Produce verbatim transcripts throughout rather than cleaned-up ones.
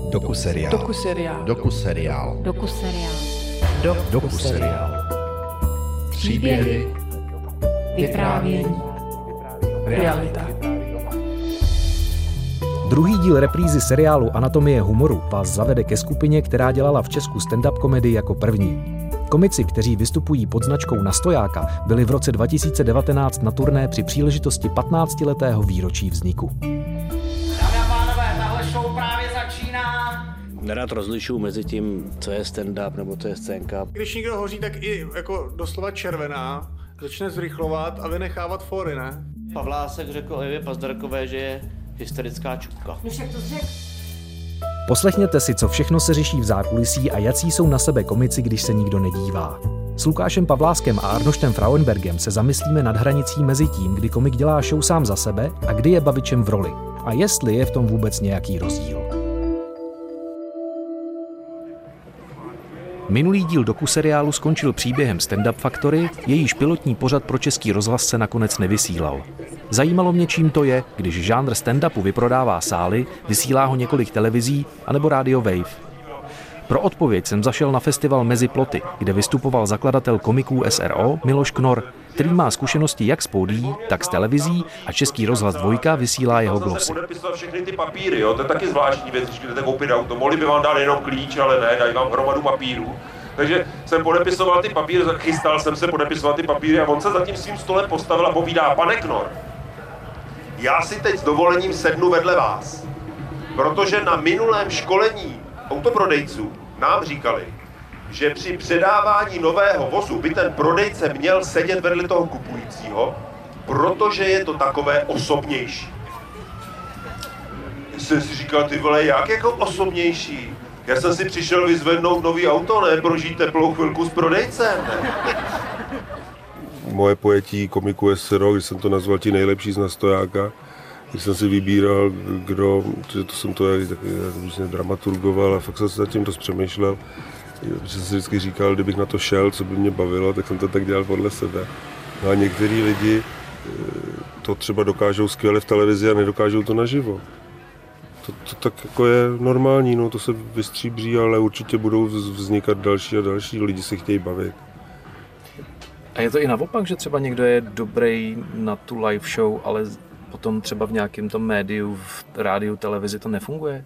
Dokuseriál. Dokuseriál. Dokuseriál. Dokuseriál. Dokuseriál. Příběhy, vyprávění, realita. Druhý díl reprízy seriálu Anatomie humoru vás zavede ke skupině, která dělala v Česku stand-up komedii jako první. Komici, kteří vystupují pod značkou Nastojáka, byli v roce dva tisíce devatenáct na turné při příležitosti patnáctiletého výročí vzniku. Dámy a pánové, tahle show právě začíná. Nerad rozlišuju mezi tím, co je stand-up nebo co je scénka. Když někdo hoří, tak i jako doslova červená, začne zrychlovat a vynechávat fóry, ne? Pavlásek řekl o Evě Pazdarkové, že je hysterická čupka. No však to řekl. Poslechněte si, co všechno se řeší v zákulisí a jací jsou na sebe komici, když se nikdo nedívá. S Lukášem Pavláskem a Arnoštem Frauenbergem se zamyslíme nad hranicí mezi tím, kdy komik dělá show sám za sebe a kdy je bavičem v roli. A jestli je v tom vůbec nějaký rozdíl. Minulý díl dokuseriálu skončil příběhem Stand Up Factory, jejíž pilotní pořad pro Český rozhlas se nakonec nevysílal. Zajímalo mě, čím to je, když žánr stand-upu vyprodává sály, vysílá ho několik televizí anebo Radio Wave. Pro odpověď jsem zašel na festival Mezi ploty, kde vystupoval zakladatel komiků S R O Miloš Knor, který má zkušenosti jak s pódií, tak s televizí a Český rozhlas dvojka vysílá jeho glosy. Podepisovat všechny ty papíry, jo? To je taky zvláštní věc, když jdete koupit auto. Mohli by vám dát jenom klíč, ale ne, dají vám hromadu papírů. Takže jsem podepisoval ty papíry, chystal jsem se podepisovat ty papíry a on se za tím svým stolem postavil a povídá: pane Knor, já si teď s dovolením sednu vedle vás, protože na minulém školení autoprodejců nám říkali, že při předávání nového vozu by ten prodejce měl sedět vedle toho kupujícího, protože je to takové osobnější. Já jsem si říkal, ty vole, jak jako osobnější? Já jsem si přišel vyzvednout nový auto, ne prožít teplou chvilku s prodejcem, ne? Moje pojetí komiku S R O, když jsem to nazval ti nejlepší z Nastojáka, když jsem si vybíral, kdo, že to jsem to jak, jak dramaturgoval a fakt jsem se zatím dost přemýšlel, že jsem si vždycky říkal, kdybych na to šel, co by mě bavilo, tak jsem to tak dělal podle sebe. No a některý lidi to třeba dokážou skvěle v televizi a nedokážou to naživo. To, to tak jako je normální, no, to se vystříbří, ale určitě budou vznikat další a další, lidi se chtějí bavit. A je to i naopak, že třeba někdo je dobrý na tu live show, ale potom třeba v nějakém tom médiu, v rádiu, televizi to nefunguje?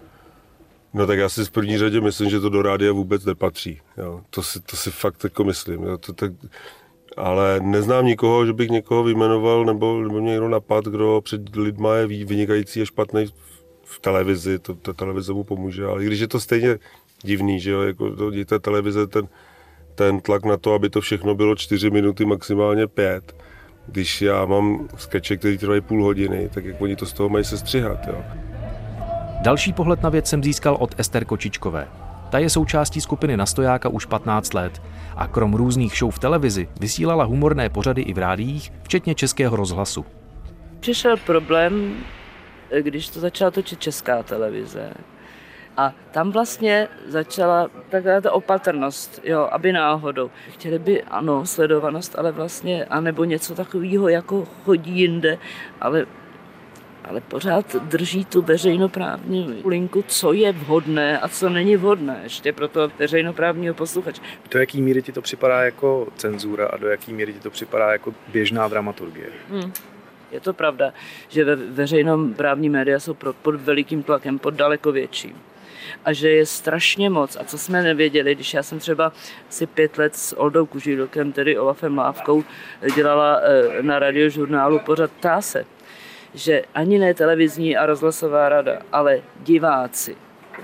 No tak já si v první řadě myslím, že to do rádia vůbec nepatří. Jo. To, si, to si fakt jako myslím. Jo. To, tak, ale neznám nikoho, že bych někoho vyjmenoval nebo, nebo mě někdo napadl, kdo před lidma je vynikající a špatný v televizi. To, ta televize mu pomůže, ale i když je to stejně divný, že jo, jako to, ta televize, ten, ten tlak na to, aby to všechno bylo čtyři minuty, maximálně pět. Když já mám skeče, který trvají půl hodiny, tak jak oni to z toho mají sestřihat, jo. Další pohled na věc jsem získal od Ester Kočičkové. Ta je součástí skupiny Nastojáka už patnáct let a krom různých show v televizi vysílala humorné pořady i v rádiích, včetně Českého rozhlasu. Přišel problém, když to začala točit Česká televize. A tam vlastně začala taková ta opatrnost, jo, aby náhodou. Chtěli by, ano, sledovanost, ale vlastně, anebo něco takového, jako chodí jinde, ale, ale pořád drží tu veřejnoprávní linku, co je vhodné a co není vhodné ještě pro toho veřejnoprávního posluchače. Do jaký míry ti to připadá jako cenzura a do jaký míry ti to připadá jako běžná dramaturgie? Hmm. Je to pravda, že ve veřejnoprávní média jsou pod velikým tlakem, pod daleko větším. A že je strašně moc. A co jsme nevěděli, když já jsem třeba si pět let s Oldou Kužílkem, tedy Olafem Lávkou, dělala na radiožurnálu pořad Ptá se, že ani ne televizní a rozhlasová rada, ale diváci,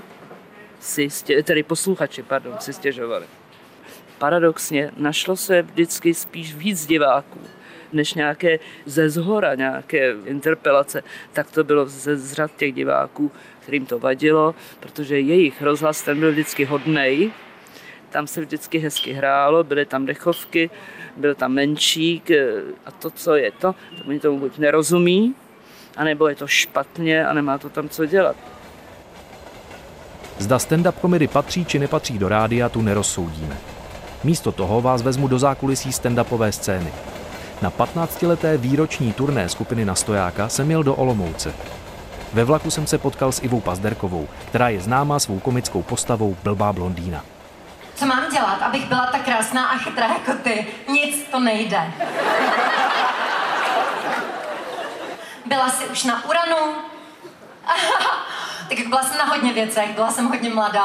si stě, tedy posluchači, pardon, si stěžovali. Paradoxně našlo se vždycky spíš víc diváků, než nějaké ze zhora, nějaké interpelace, tak to bylo ze zřad těch diváků, kterým to vadilo, protože jejich rozhlas ten byl vždycky hodnej, tam se vždycky hezky hrálo, byly tam dechovky, byl tam menšík a to, co je to, to oni tomu buď nerozumí, anebo je to špatně a nemá to tam co dělat. Zda stand-up komedy patří či nepatří do rádia, tu nerozsoudíme. Místo toho vás vezmu do zákulisí stand-upové scény. Na patnáctileté výroční turné skupiny Nastojáka jsem jel do Olomouce. Ve vlaku jsem se potkal s Ivou Pazderkovou, která je známá svou komickou postavou Blbá blondýna. Co mám dělat, abych byla tak krásná a chytrá jako ty? Nic to nejde. Byla jsi už na Uranu? Tak byla jsem na hodně věcech, byla jsem hodně mladá.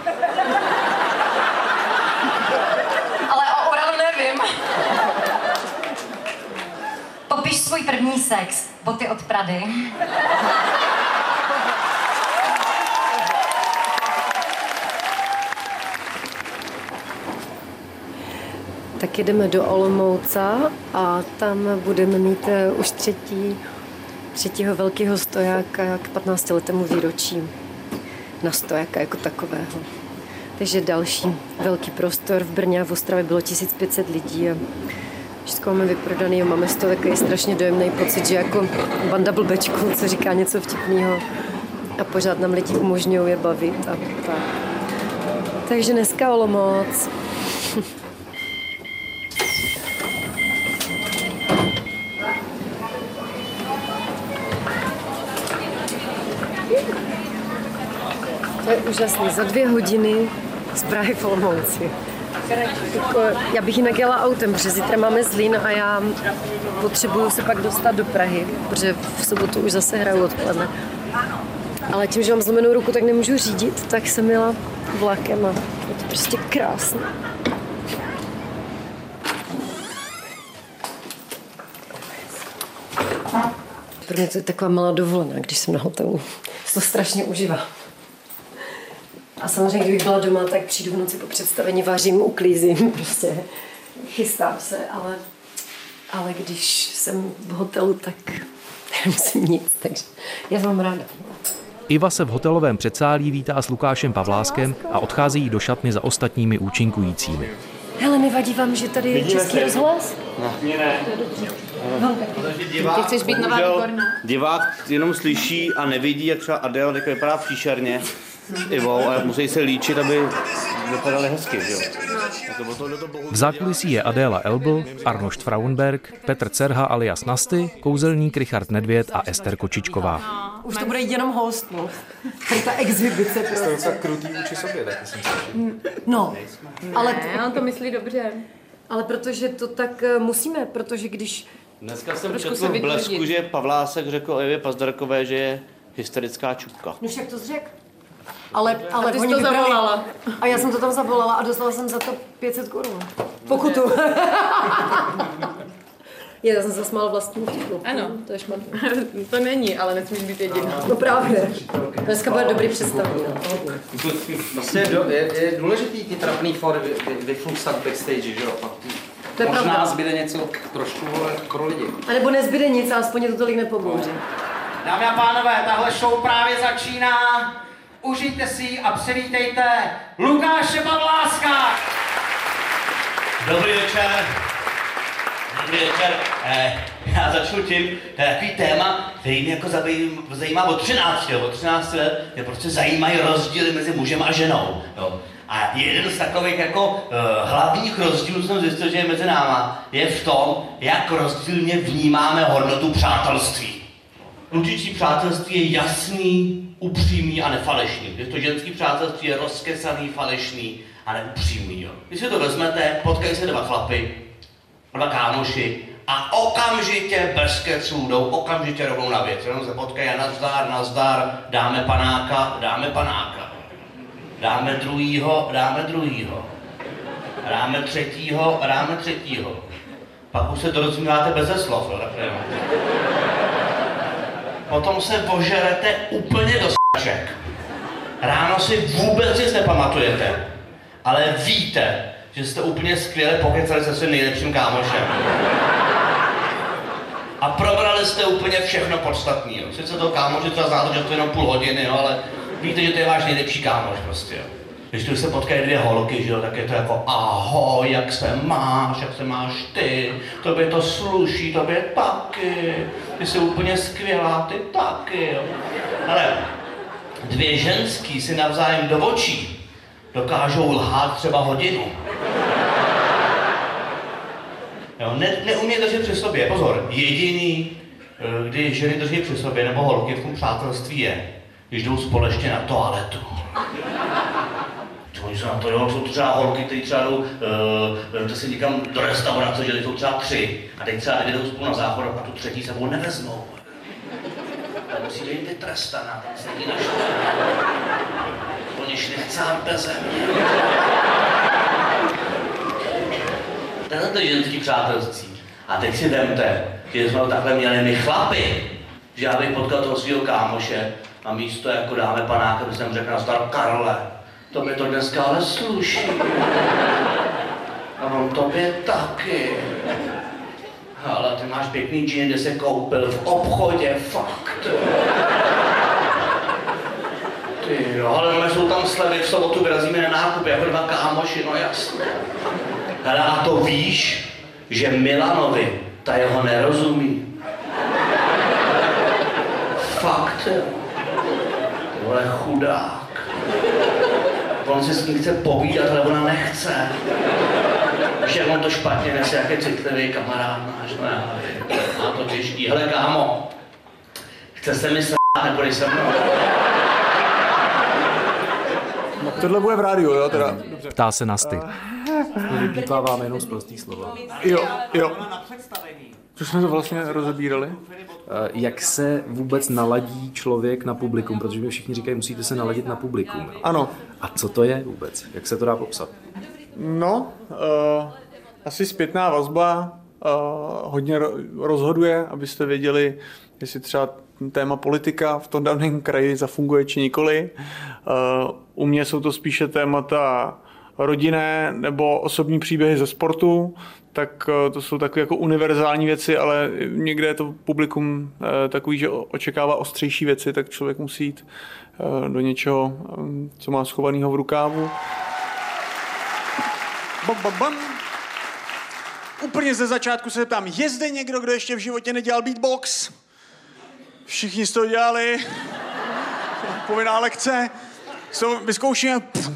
Ale o Uranu nevím. Popiš svůj první sex, boty od Prady. Tak jedeme do Olomouca a tam budeme mít uh, už třetí, třetího velkého stojáka k patnáctiletému výročí na stojáka jako takového. Takže další velký prostor. V Brně a v Ostravě bylo tisíc pět set lidí a všechno máme vyprodaný a máme z toho takový strašně dojemný pocit, že jako banda blbečků, co říká něco vtipného a pořád nám lidi umožňují je bavit a tak. Takže dneska Olomouc. To je úžasný. Za dvě hodiny z Prahy v Olomouci. Jako, já bych jinak jela autem, protože zítra máme Zlín a já potřebuju se pak dostat do Prahy, protože v sobotu už zase hraju odpoledne. Ale tím, že mám zlomenou ruku, tak nemůžu řídit, tak jsem jela vlakem a je to prostě krásné. Pro mě to je taková malá dovolená, když jsem na hotelu. To strašně užívá. A samozřejmě, kdybych byla doma, tak přijdu v noci po představení, vařím, uklízím, prostě chystám se, ale, ale když jsem v hotelu, tak nemusím nic, takže já mám ráda. Iva se v hotelovém předsálí vítá s Lukášem Pavláskem a odchází do šatny za ostatními účinkujícími. Hele, nevadí vám, že tady je Český rozhlas? Ne, ne. Ty chceš být nová výborná? Divák jenom slyší a nevidí, jak třeba Adéla tak vypadá příšerně. Ivou, a musí se líčit, aby vypadaly hezky, jo. V zákulisí je Adéla Elbl, Arnošt Frauenberg, Petr Cerha alias Nasty, kouzelník Richard Nedvěd a Ester Kočičková. Už to bude jenom host, no. Tady ta exhibice prostě. Jste tak krutý vůči sobě, taky jsem slyšel. No, ale... Ne, on to myslí dobře. Ale protože to tak musíme, protože když... Dneska jsem četl v Blesku, že Pavlásek řekl o Evě Pazderkové, že je hysterická čupka. No však to jsi řekl. Ale, ale a ty jsi to vybrali. Zavolala. A já jsem to tam zavolala a dostala jsem za to pět set korun. Pokutu. Já jsem se smála vlastní vtipu. Ano. To je špatné. To není, ale nesmíš být jediná. No právě. Dneska bude dobrý představení. Vlastně je, je důležitý ty trapný fory vyflustat backstage, že jo? To je možná pravda. zbyde něco trošku pro lidi. A nebo nezbyde nic, a aspoň je to tolik nepobouří. Dámy a pánové, tahle show právě začíná. Užijte si ji a přivítejte Lukáše Pavláska. Dobrý večer. Dobrý večer. Eh, já začnu tím, to je takový téma, který mě jako zajímá od třinácti, od třinácti let, mě prostě zajímají rozdíly mezi mužem a ženou. Jo. A jeden z takových jako uh, hlavních rozdílů jsem zjistil, že je mezi náma, je v tom, jak rozdílně vnímáme hodnotu přátelství. Klučičí přátelství je jasný, upřímný a nefalešný. Když to ženský přátelství je rozkesaný, falešný a neupřímný. Jo. Když si to vezmete, potkají se dva chlapy, dva kámoši a okamžitě bez keců jdou, okamžitě rovnou na věc. Jenom se potkají a nazdar, nazdar, dáme panáka, dáme panáka. Dáme druhýho, dáme druhýho. Dáme třetího, dáme třetího. Pak už se dorozumíváte beze slov, jo, takhle. Potom se ožerete úplně do s***ček. Ráno si vůbec nic nepamatujete, ale víte, že jste úplně skvěle pokecali se svým nejlepším kámošem. A probrali jste úplně všechno podstatný, jo. Sice toho kámoše třeba znáte, že to je jenom půl hodiny, jo, ale víte, že to je váš nejlepší kámoš prostě, jo. Když tu se potkají dvě holky, že jo, tak je to jako ahoj, jak se máš, jak se máš ty, tobě to sluší, tobě taky, ty jsi úplně skvělá, ty taky, jo. Ale dvě ženský si navzájem do očí dokážou lhát třeba hodinu. Jo, ne, neumějí držet při sobě, pozor, jediný, kdy ženy drží při sobě nebo holky v tom přátelství je, když jdou společně na toaletu. Oni jsou na to, jo, jsou to třeba holky, které třeba jdou uh, to si někam do restaurace, že jsou třeba tři a teď třeba jdou spolu na záchod a tu třetí sebou nevezmou. Ale musí být vytrestaná, tam sedí na šle. Oni šli chcát beze mě. Tenhle to je ženský přátelství. A teď si vemte, že jsme takhle měli my chlapy, že já bych potkal toho svého kámoše a místo jako dáme panáka, by jsem řekl nazdar Karle, to mi to dneska ale sluší. A on tobě taky. Ale ty máš pěkný džín, kde se koupil v obchodě, fakt. Ty jo, ale no, jsou tam slevy, v sobotu vyrazíme na nákup, jako dva kámoši, no jasně. Hele, a to víš, že Milanovi, ta jeho nerozumí. Fakt, jo. Ty vole chudák. On si s ní chce povídat, ale ona nechce. Víš, jak on to špatně nese, jak je citlivý kamarád náš, no já vím. Má to těžký. Hele, kámo, chce se mi s***, nebudeš se mnou. Tohle bude v rádiu, jo, teda. Ptá se Nasty. Vypípáváme jenom z prostých slova. Jo, jo. Co jsme to vlastně rozebírali? Jak se vůbec naladí člověk na publikum, protože mi všichni říkají, musíte se naladit na publikum. Ano. A co to je vůbec? Jak se to dá popsat? No, uh, asi zpětná vazba uh, hodně rozhoduje, abyste věděli, jestli třeba téma politika v tom daném kraji zafunguje či nikoli. Uh, u mě jsou to spíše témata rodinné nebo osobní příběhy ze sportu, tak uh, to jsou takové jako univerzální věci, ale někde je to publikum uh, takový, že očekává ostřejší věci, tak člověk musí jít uh, do něčeho, um, co má schovaného v rukávu. Bam, bam, bam. Úplně ze začátku se ptám, je zde někdo, kdo ještě v životě nedělal beatbox? Všichni z toho dělali. Povinná lekce. So, vyzkoušíme.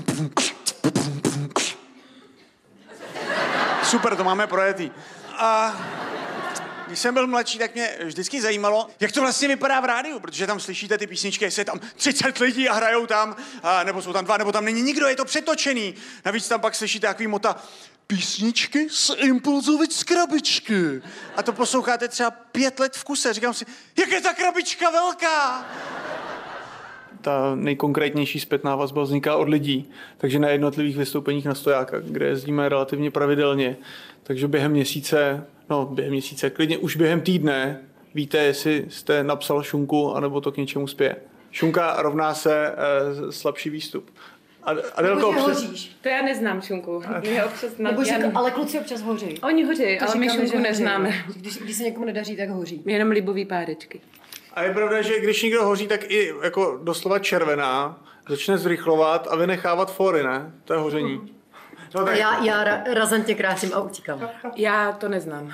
Super, to máme projetý. A když jsem byl mladší, tak mě vždycky zajímalo, jak to vlastně vypadá v rádiu, protože tam slyšíte ty písničky, jestli je tam třicet lidí a hrajou tam, a nebo jsou tam dva, nebo tam není nikdo, je to přetočený. Navíc tam pak slyšíte takový mota písničky z Impulzovic krabičky. A to posloucháte třeba pět let v kuse. Říkám si, jak je ta krabička velká? Ta nejkonkrétnější zpětná vazba vzniká od lidí, takže na jednotlivých vystoupeních na Stojáka, kde jezdíme relativně pravidelně. Takže během měsíce, no během měsíce, klidně už během týdne víte, jestli jste napsal šunku, anebo to k něčemu spěje. Šunka rovná se e, slabší výstup. Adelko, občas... To já neznám šunku. Mě občas Nebo říká, ale kluci občas hoří. Oni hoří, To ale my říkáme, šunku že neznáme. Když, když se někomu nedaří, tak hoří. Jenom libový párečky. A je pravda, že když někdo hoří, tak i jako doslova červená, začne zrychlovat a vynechávat fóry, ne? To je hoření. No, tak... Já, já ra, razantně krásím a utíkám. Já to neznám.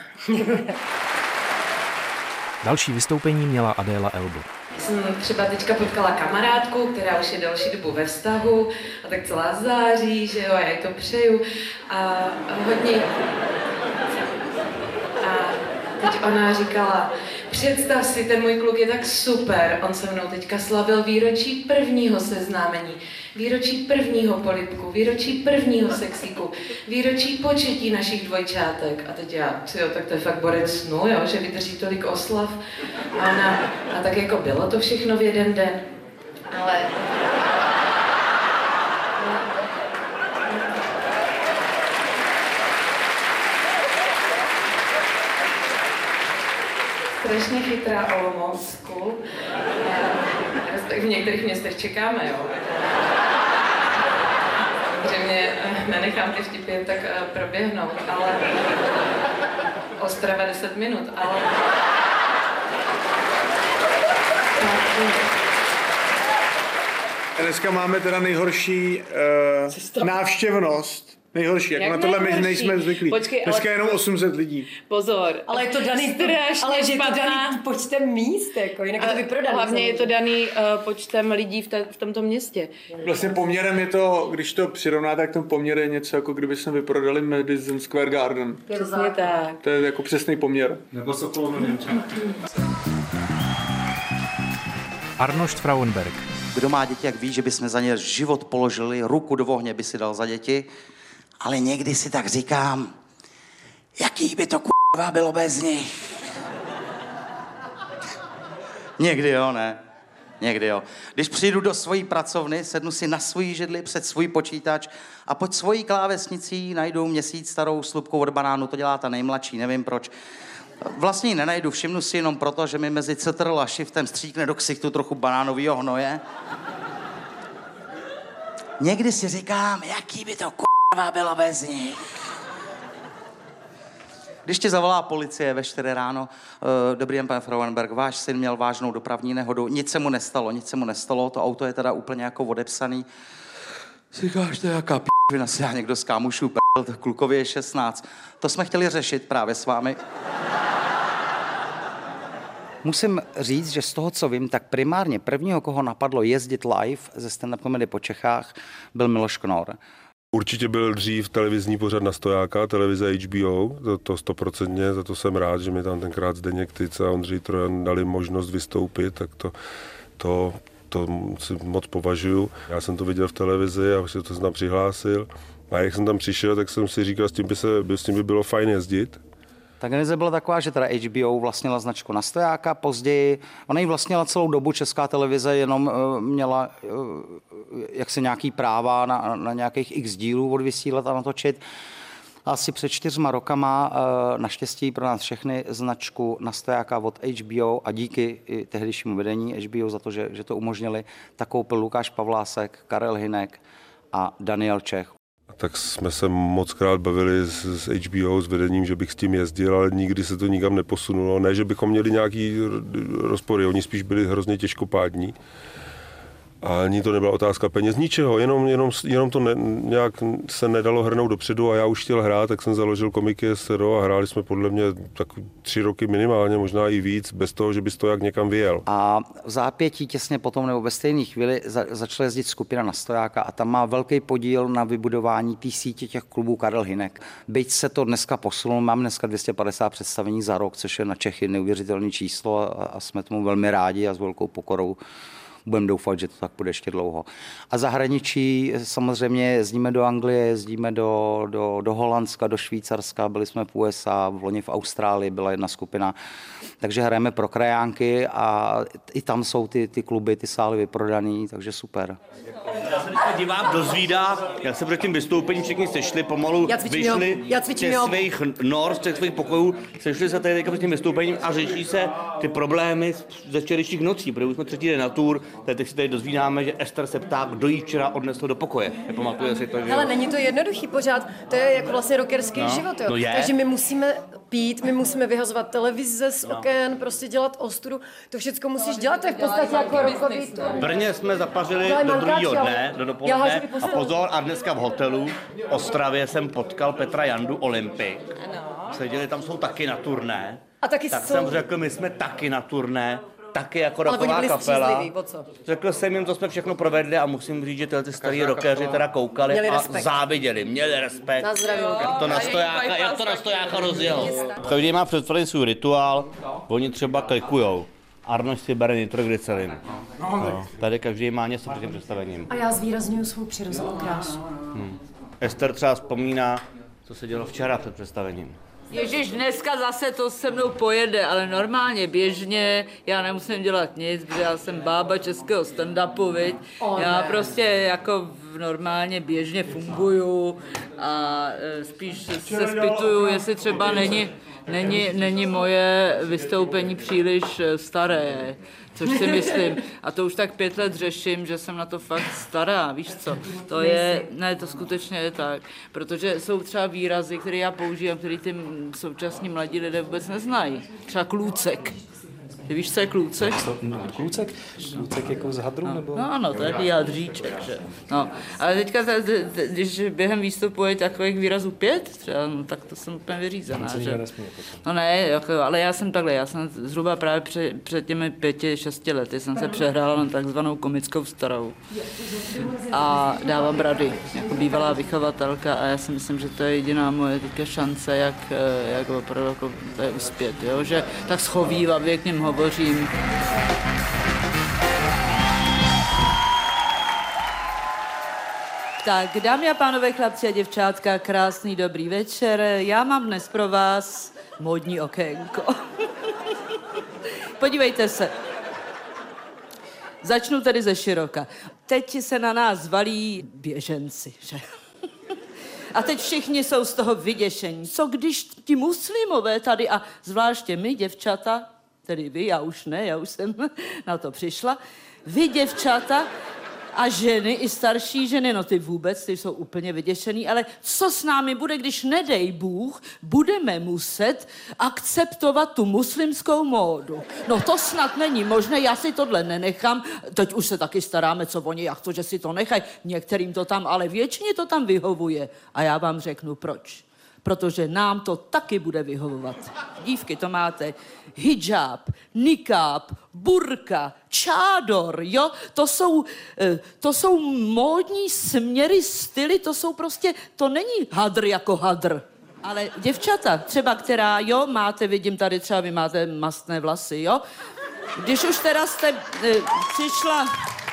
Další vystoupení měla Adéla Elbo. Jsem třeba teďka potkala kamarádku, která už je další dobu ve vztahu a tak celá září, že jo, já jí to přeju a, a hodně... A teď ona říkala, představ si, ten můj kluk je tak super, on se mnou teďka slavil výročí prvního seznámení, výročí prvního polibku, výročí prvního sexíku, výročí početí našich dvojčátek. A teď já, jo, tak to je fakt borec snu, jo, že vydrží tolik oslav. A ona, a tak jako bylo to všechno v jeden den. Ale... Strašně chytrá Olomoucku. V některých městech čekáme, jo. Samozřejmě nenechám ty vtipy tak proběhnout, ale Ostrava deset minut, ale... Dneska máme teda nejhorší uh, návštěvnost. Nejhorší, jako Jak na tohle my nejhorší? nejsme zvyklí. Počkej, Dneska ale... jenom osm set lidí. Pozor. Ale je to daný, strašně ale je to špatná. daný počtem míst, jako, jinak je to vyprodané. Hlavně je to daný uh, počtem lidí v, te, v tomto městě. Vlastně poměrem je to, když to přirovná, tak ten poměr je něco, jako kdyby jsme vyprodali Madison Square Garden. Přesně tak. To je jako přesný poměr. Nebo Sokolov Němčák. Arnošt Frauenberg. Kdo má děti, jak ví, že bychom za ně život položili, ruku do ohně by si dal za děti, ale někdy si tak říkám, jaký by to k***a bylo bez nich. Někdy jo, ne? Někdy jo. Když přijdu do svojí pracovny, sednu si na svoji židli před svůj počítač a pod svojí klávesnicí najdu měsíc starou slupku od banánu, to dělá ta nejmladší, nevím proč. Vlastně ji nenajdu, všimnu si jenom proto, že mi mezi Ctrl a Shiftem stříkne do ksichtu trochu banánovýho hnoje. Někdy si říkám, jaký by to k***a bylo bez nich. Když ti zavolá policie ve čtyři ráno, uh, dobrý den, pan Frauenberg, váš syn měl vážnou dopravní nehodu, nic se mu nestalo, nic se mu nestalo, to auto je teda úplně jako odepsaný. Říkáš, to je jaká p***vina, si já někdo z kámošů p***l, to klukově je šestnáct. To jsme chtěli řešit právě s vámi. Musím říct, že z toho, co vím, tak primárně prvního, koho napadlo jezdit live ze stand-up comedy po Čechách, byl Miloš Knor. Určitě byl dřív televizní pořad na stojáka, televize H B O, to, to stoprocentně, za to jsem rád, že mi tam tenkrát Zdeněk Tyc a Ondřej Trojan dali možnost vystoupit, tak to, to, to si moc považuju. Já jsem to viděl v televizi a se to znám přihlásil. A jak jsem tam přišel, tak jsem si říkal, s tím by, se, s tím by bylo fajn jezdit. Ta geneze byla taková, že teda H B O vlastnila značku na stojáka, později, ona ji vlastnila celou dobu, Česká televize jenom uh, měla uh, jaksi nějaký práva na, na nějakých x dílů odvysílat a natočit. Asi před čtyřma rokama uh, naštěstí pro nás všechny značku na stojáka od H B O a díky i tehdejšímu vedení H B O za to, že, že to umožnili, tak koupil Lukáš Pavlásek, Karel Hynek a Daniel Čech. Tak jsme se moc krát bavili s, s H B O, s vedením, že bych s tím jezdil, ale nikdy se to nikam neposunulo. Ne, že bychom měli nějaký rozpory, oni spíš byli hrozně těžkopádní. A ani to nebyla otázka peněz, ničeho, jenom, jenom, jenom to ne, nějak se nedalo hrnout dopředu a já už chtěl hrát, tak jsem založil Komiky S R O a hráli jsme podle mě tak tři roky minimálně, možná i víc, bez toho, že bys to jak někam vyjel. A v zápětí těsně potom nebo ve stejné chvíli za, začala jezdit skupina na stojáka a tam má velký podíl na vybudování té sítě těch klubů Karel Hynek. Byť se to dneska posunulo, mám dneska dvě stě padesát představení za rok, což je na Čechy neuvěřitelné číslo a, a jsme tomu velmi rádi a s velkou pokorou budeme doufat, že to tak bude ještě dlouho. A zahraničí samozřejmě jezdíme do Anglie, jezdíme do, do, do Holandska, do Švýcarska, byli jsme v U S A, v loni v Austrálii byla jedna skupina. Takže hrajeme pro krajánky a i tam jsou ty, ty kluby, ty sály vyprodaný, takže super. Já se teďka divám do zvída, jak se před tím vystoupením všichni sešli, pomalu vyšli ze svých nor, z těch svých pokojů, sešli se tady před tím vystoupením a řeší se ty problémy ze včerejších nocí, protože už jsme třetí den na tour, teď si tady dozvídáme, že Ester se ptá, kdo jí včera odnesl do pokoje. Nepamatuje si to, že... Ale není to jednoduchý pořád, to je jako vlastně rockerský no, život, jo. No je. Takže my musíme pít, my musíme vyhazovat televize z oken, prostě dělat ostudu, to všechno musíš dělat, to je v podstatě jako rockový tour. V Brně jsme zapařili do druhého dne, do dopoledne a pozor, a dneska v hotelu v Ostravě jsem potkal Petra Jandu Olympik. Seděli tam, jsou taky na turné. A taky tak jsou... jsem řekl, my jsme taky na turné, taky jako rocková kapela. Řekl jsem jim, co jsme všechno provedli a musím říct, že tyhle ty starý rockéři teda koukali měli a respekt. záviděli, měli respekt. Na zdraví, jak to na stojáka, jak to na stojáka rozjelo. Každý má představit svůj rituál, oni třeba klikujou. Arnošt si bere nitroglycerin. No, tady každý má něco před tím představením. A já zvýrazňuju svou přirozenou krásu. Hmm. Ester třeba vzpomíná, co se dělo včera před představením. Ježíš, dneska zase to se mnou pojede, ale normálně, běžně, já nemusím dělat nic, protože já jsem bába českého stand-upu, viď? Já prostě jako normálně běžně funguju a spíš se zpytuju, jestli třeba není, není, není moje vystoupení příliš staré, což si myslím. A to už tak pět let řeším, že jsem na to fakt stará, víš co? To je, ne, to skutečně je tak, protože jsou třeba výrazy, které já používám, které ty současní mladí lidé vůbec neznají. Třeba klůcek. Ty víš, co je klůcek? Klůcek? Klůcek jako z hadru? No, nebo? no ano, to je takový hadříček, že? No, ale teďka, když během výstupu je takových výrazů pět, třeba, no, tak to jsem úplně vyřízená, že? No ne, jako, ale já jsem takhle, já jsem zhruba právě před, před těmi pěti, šesti lety jsem se přehrála na takzvanou komickou starou. A dávám rady, jako bývalá vychovatelka a já si myslím, že to je jediná moje teďka šance, jak, jak opravdu jako, uspět, jo? Že tak schovývavě k něm hovořím. Tak, dámy a pánové, chlapci a děvčátka, krásný dobrý večer. Já mám dnes pro vás módní okénko. Podívejte se. Začnu tedy ze široka. Teď se na nás valí běženci, že? A teď všichni jsou z toho vyděšení. Co když ti muslimové tady, a zvláště my, děvčata, tedy vy, já už ne, já už jsem na to přišla, vy, děvčata, a ženy, i starší ženy, no ty vůbec, ty jsou úplně vyděšený, ale co s námi bude, když nedej Bůh, budeme muset akceptovat tu muslimskou módu. No to snad není možné, já si tohle nenechám, teď už se taky staráme, co oni, jak to, že si to nechají, některým to tam, ale většině to tam vyhovuje. A já vám řeknu proč. Protože nám to taky bude vyhovovat. Dívky, to máte hijab, nikáb, burka, čádor, jo? To jsou, to jsou módní směry, styly, to jsou prostě, to není hadr jako hadr. Ale děvčata, třeba která, jo, máte, vidím tady třeba, vy máte mastné vlasy, jo? Když už teda jste e, přišla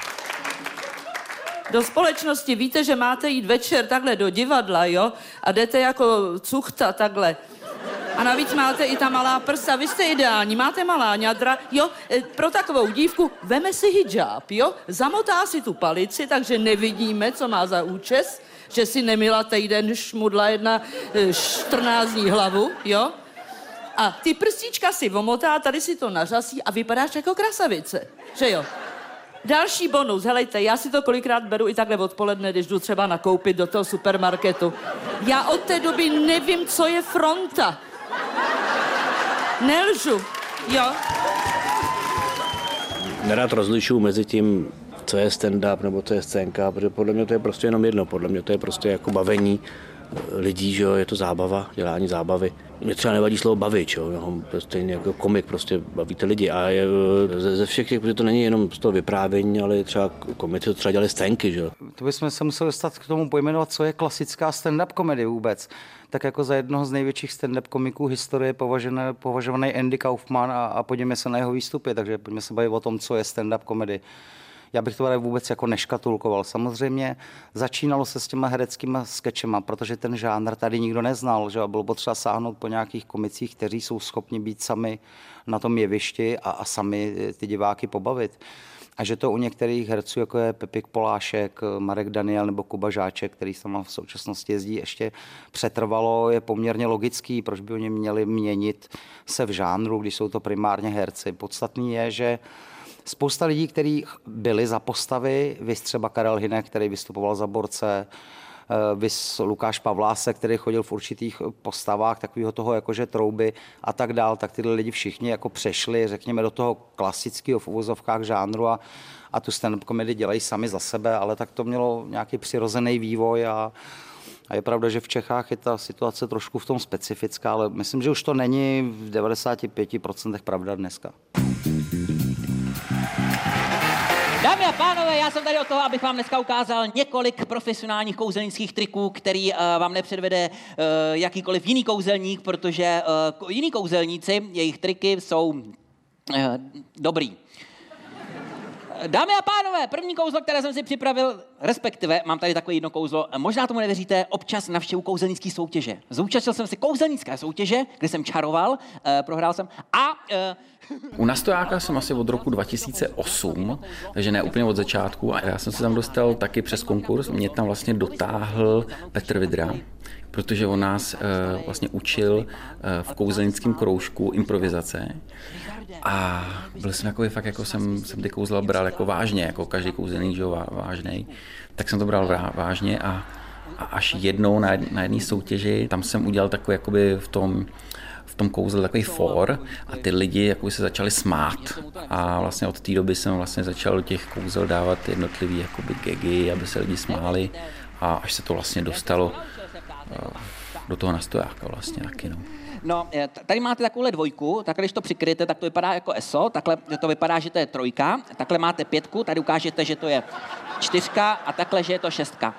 do společnosti, víte, že máte jít večer takhle do divadla, jo? A jdete jako cuchta takhle. A navíc máte i ta malá prsa, vy jste ideální, máte malá ňadra, jo? E, pro takovou dívku veme si hijab, jo? Zamotá si tu palici, takže nevidíme, co má za účes, že si nemila týden šmudla jedna e, čtrnáct dní hlavu, jo? A ty prstíčka si omotá, tady si to nařasí a vypadáš jako krasavice, že jo? Další bonus, helejte, já si to kolikrát beru i takhle odpoledne, když jdu třeba nakoupit do toho supermarketu. Já od té doby nevím, co je fronta. Nelžu, jo. Nerad rozlišuju mezi tím, co je stand-up nebo co je scénka, protože podle mě to je prostě jenom jedno, podle mě to je prostě jako bavení lidí, že jo, je to zábava, dělání zábavy. Mě třeba nevadí slovo bavit, jo, no, prostě jako komik, prostě bavíte lidi a je, ze, ze všech těch, protože to není jenom z toho vyprávění, ale třeba komici to třeba dělali scénky, že jo. To bychom se museli dostat k tomu pojmenovat, co je klasická stand-up komedie vůbec. Tak jako za jednoho z největších stand-up komiků historie považený, považovaný Andy Kaufman a, a podívejme se na jeho výstupy, takže pojďme se bavit o tom, co je stand-up komedie. Já bych to tady vůbec jako neškatulkoval. Samozřejmě začínalo se s těma hereckýma skečema, protože ten žánr tady nikdo neznal, že bylo potřeba sáhnout po nějakých komicích, kteří jsou schopni být sami na tom jevišti a, a sami ty diváky pobavit. A že to u některých herců, jako je Pepik Polášek, Marek Daniel nebo Kuba Žáček, který tam v současnosti jezdí, ještě přetrvalo, je poměrně logický, proč by oni měli měnit se v žánru, když jsou to primárně herci. Podstatný je, že spousta lidí, kteří byli za postavy, vys třeba Karel Hynek, který vystupoval za borce, vys Lukáš Pavlásek, který chodil v určitých postavách takového toho jakože trouby a tak dál, tak tyhle lidi všichni jako přešli, řekněme, do toho klasického v uvozovkách žánru a, a tu stand-up komedii dělají sami za sebe, ale tak to mělo nějaký přirozený vývoj a A je pravda, že v Čechách je ta situace trošku v tom specifická, ale myslím, že už to není v devadesát pět procent pravda dneska. Dámy a pánové, já jsem tady od toho, abych vám dneska ukázal několik profesionálních kouzelnických triků, který uh, vám nepředvede uh, jakýkoliv jiný kouzelník, protože uh, jiní kouzelníci, jejich triky jsou uh, dobrý. Dámy a pánové, první kouzlo, které jsem si připravil, respektive mám tady takové jedno kouzlo, možná tomu nevěříte, občas navštěvu kouzelnické soutěže. Zúčastnil jsem se kouzelnické soutěže, kde jsem čaroval, uh, prohrál jsem a... Uh... U Nastojáka jsem asi od roku dva tisíce osm, takže ne úplně od začátku a já jsem se tam dostal taky přes konkurs, mě tam vlastně dotáhl Petr Vidra, protože on nás uh, vlastně učil uh, v kouzelnickém kroužku improvizace. A byl jsem jako fakt, jako jsem, jsem ty kouzla bral jako vážně, jako každý kouzelník, že jo, vážnej. Tak jsem to bral vážně a, a až jednou na, na jedné soutěži, tam jsem udělal takový jakoby v tom, v tom kouzle takový for a ty lidi jakoby se začali smát. A vlastně od té doby jsem vlastně začal do těch kouzel dávat jednotlivý jakoby gagy, aby se lidi smáli a až se to vlastně dostalo do toho Nastojáka vlastně taky, no. No, tady máte takovouhle dvojku, takhle když to přikryjete, tak to vypadá jako eso, takhle to vypadá, že to je trojka, takhle máte pětku, tady ukážete, že to je čtyřka a takhle, že je to šestka.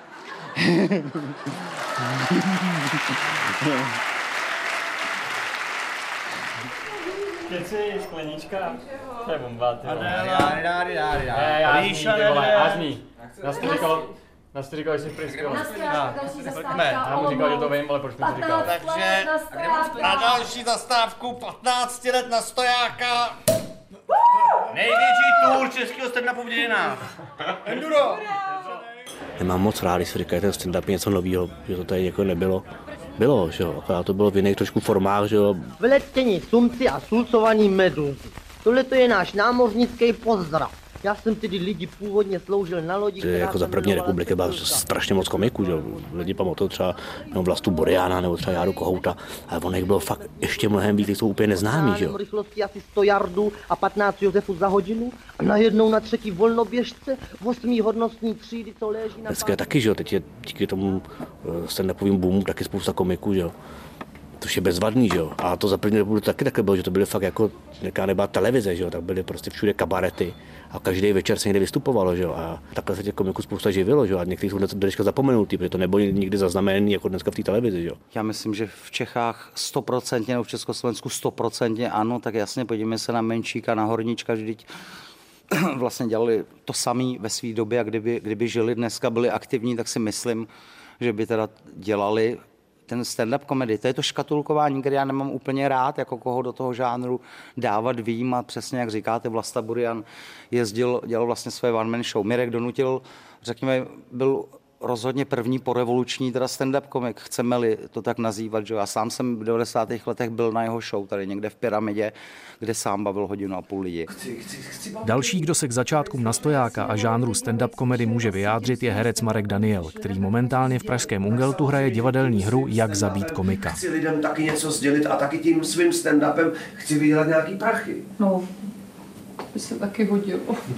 Keci, sklenička, to je bomba, ty vole. Adela, Hej, já zní, ty vole, já zní. Já jsem říkal, Já jsi říkal, že jsi prý skvělý. Na stojáku další zastávka. Já mu říkal, že to vím, ale proč mi to říkal? Takže na další zastávku patnáct let na stojáka. Největší tour českého stand-upu v dějinách. Enduro. Já mám moc rád, když se říká, že ten stand-up je něco nového, že to tady jako nebylo. Bylo, že jo, akorát to bylo v jiných trošku formách, že jo. Vletění sumci a sulcovaní medúzy. Tohle to je náš námořnický pozdrav. Já jsem tedy lidi původně sloužil na lodi, která jako za první republiky byla strašně moc komiků, že jo. Lidi pamatují třeba no, Vlastu Boriana nebo třeba Járu Kohouta, ale ono jich bylo fakt ještě mnohem víc, jsou úplně neznámí, že jo. Rychlosti asi sto yardů a patnáct Josefů za hodinu a najednou na třetí volnoběžce osmý hodnostní třídy, co leží na... Dneska je taky, že jo, teď je díky tomu stand-upovým boomu taky spousta komiků, že jo. To je bezvadný, že jo. A to za první republiku taky také bylo, že to byly fakt jako, nějaká nebyla televize, že jo, tak byly prostě všude kabarety a každý večer se někde vystupovalo, že jo. A takhle se těch komiků spousta živilo, že jo. A někteří jsou do dneška zapomenutí, protože to nebylo nikdy zaznamenaný jako dneska v té televizi, že jo. Já myslím, že v Čechách stoprocentně nebo v Československu stoprocentně ano, tak jasně podívejme se na Menšíka, na Horníčka, vždyť vlastně dělali to samé ve své době a kdyby, kdyby žili dneska, byli aktivní, tak si myslím, že by teda dělali ten stand-up komedy. To je to škatulkování, které já nemám úplně rád, jako koho do toho žánru dávat výjima. Přesně jak říkáte, Vlasta Burian jezdil, dělal vlastně své one-man show. Mirek Donutil, řekněme, byl rozhodně první porevoluční teda stand-up komik, chceme-li to tak nazývat. Že? Já sám jsem v devadesátých letech byl na jeho show tady někde v Pyramidě, kde sám bavil hodinu a půl lidí. Další, kdo se k začátkům na stojáka a žánru stand-up komedy může vyjádřit, je herec Marek Daniel, který momentálně v pražském Ungeltu hraje divadelní hru Jak zabít komika. Chci lidem taky něco sdělit a taky tím svým stand-upem chci vydělat nějaký prachy. No, by se taky hodilo.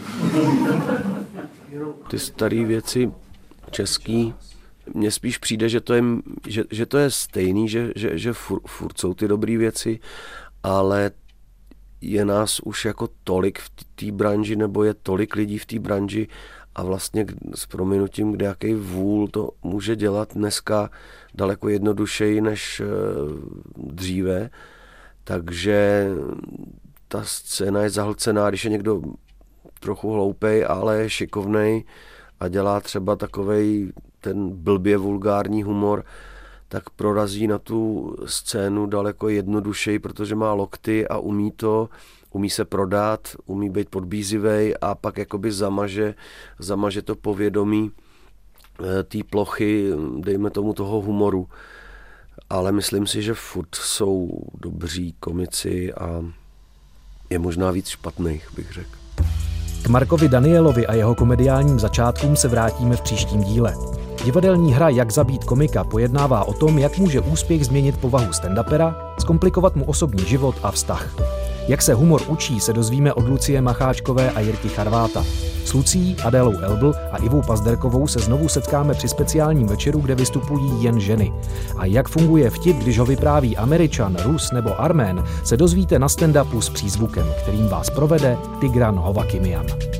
Ty staré věci český, mně spíš přijde, že to je, že, že to je stejný, že, že, že furt, furt jsou ty dobré věci, ale je nás už jako tolik v té branži, nebo je tolik lidí v té branži a vlastně s prominutím, kde jaký vůl to může dělat dneska daleko jednodušeji než dříve, takže ta scéna je zahlcená, když je někdo trochu hloupej, ale je šikovnej a dělá třeba takovej ten blbě vulgární humor, tak prorazí na tu scénu daleko jednodušeji, protože má lokty a umí to, umí se prodat, umí být podbízivej a pak jakoby zamaže, zamaže to povědomí té plochy, dejme tomu toho humoru. Ale myslím si, že furt jsou dobří komici a je možná víc špatných, bych řekl. K Markovi Danielovi a jeho komediálním začátkům se vrátíme v příštím díle. Divadelní hra Jak zabít komika pojednává o tom, jak může úspěch změnit povahu stand-upera, zkomplikovat mu osobní život a vztah. Jak se humor učí, se dozvíme od Lucie Macháčkové a Jirky Charváta. S Lucí, Adélou Elbl a Ivou Pazderkovou se znovu setkáme při speciálním večeru, kde vystupují jen ženy. A jak funguje vtip, když ho vypráví Američan, Rus nebo Armén, se dozvíte na stand-upu s přízvukem, kterým vás provede Tigran Hovakimian.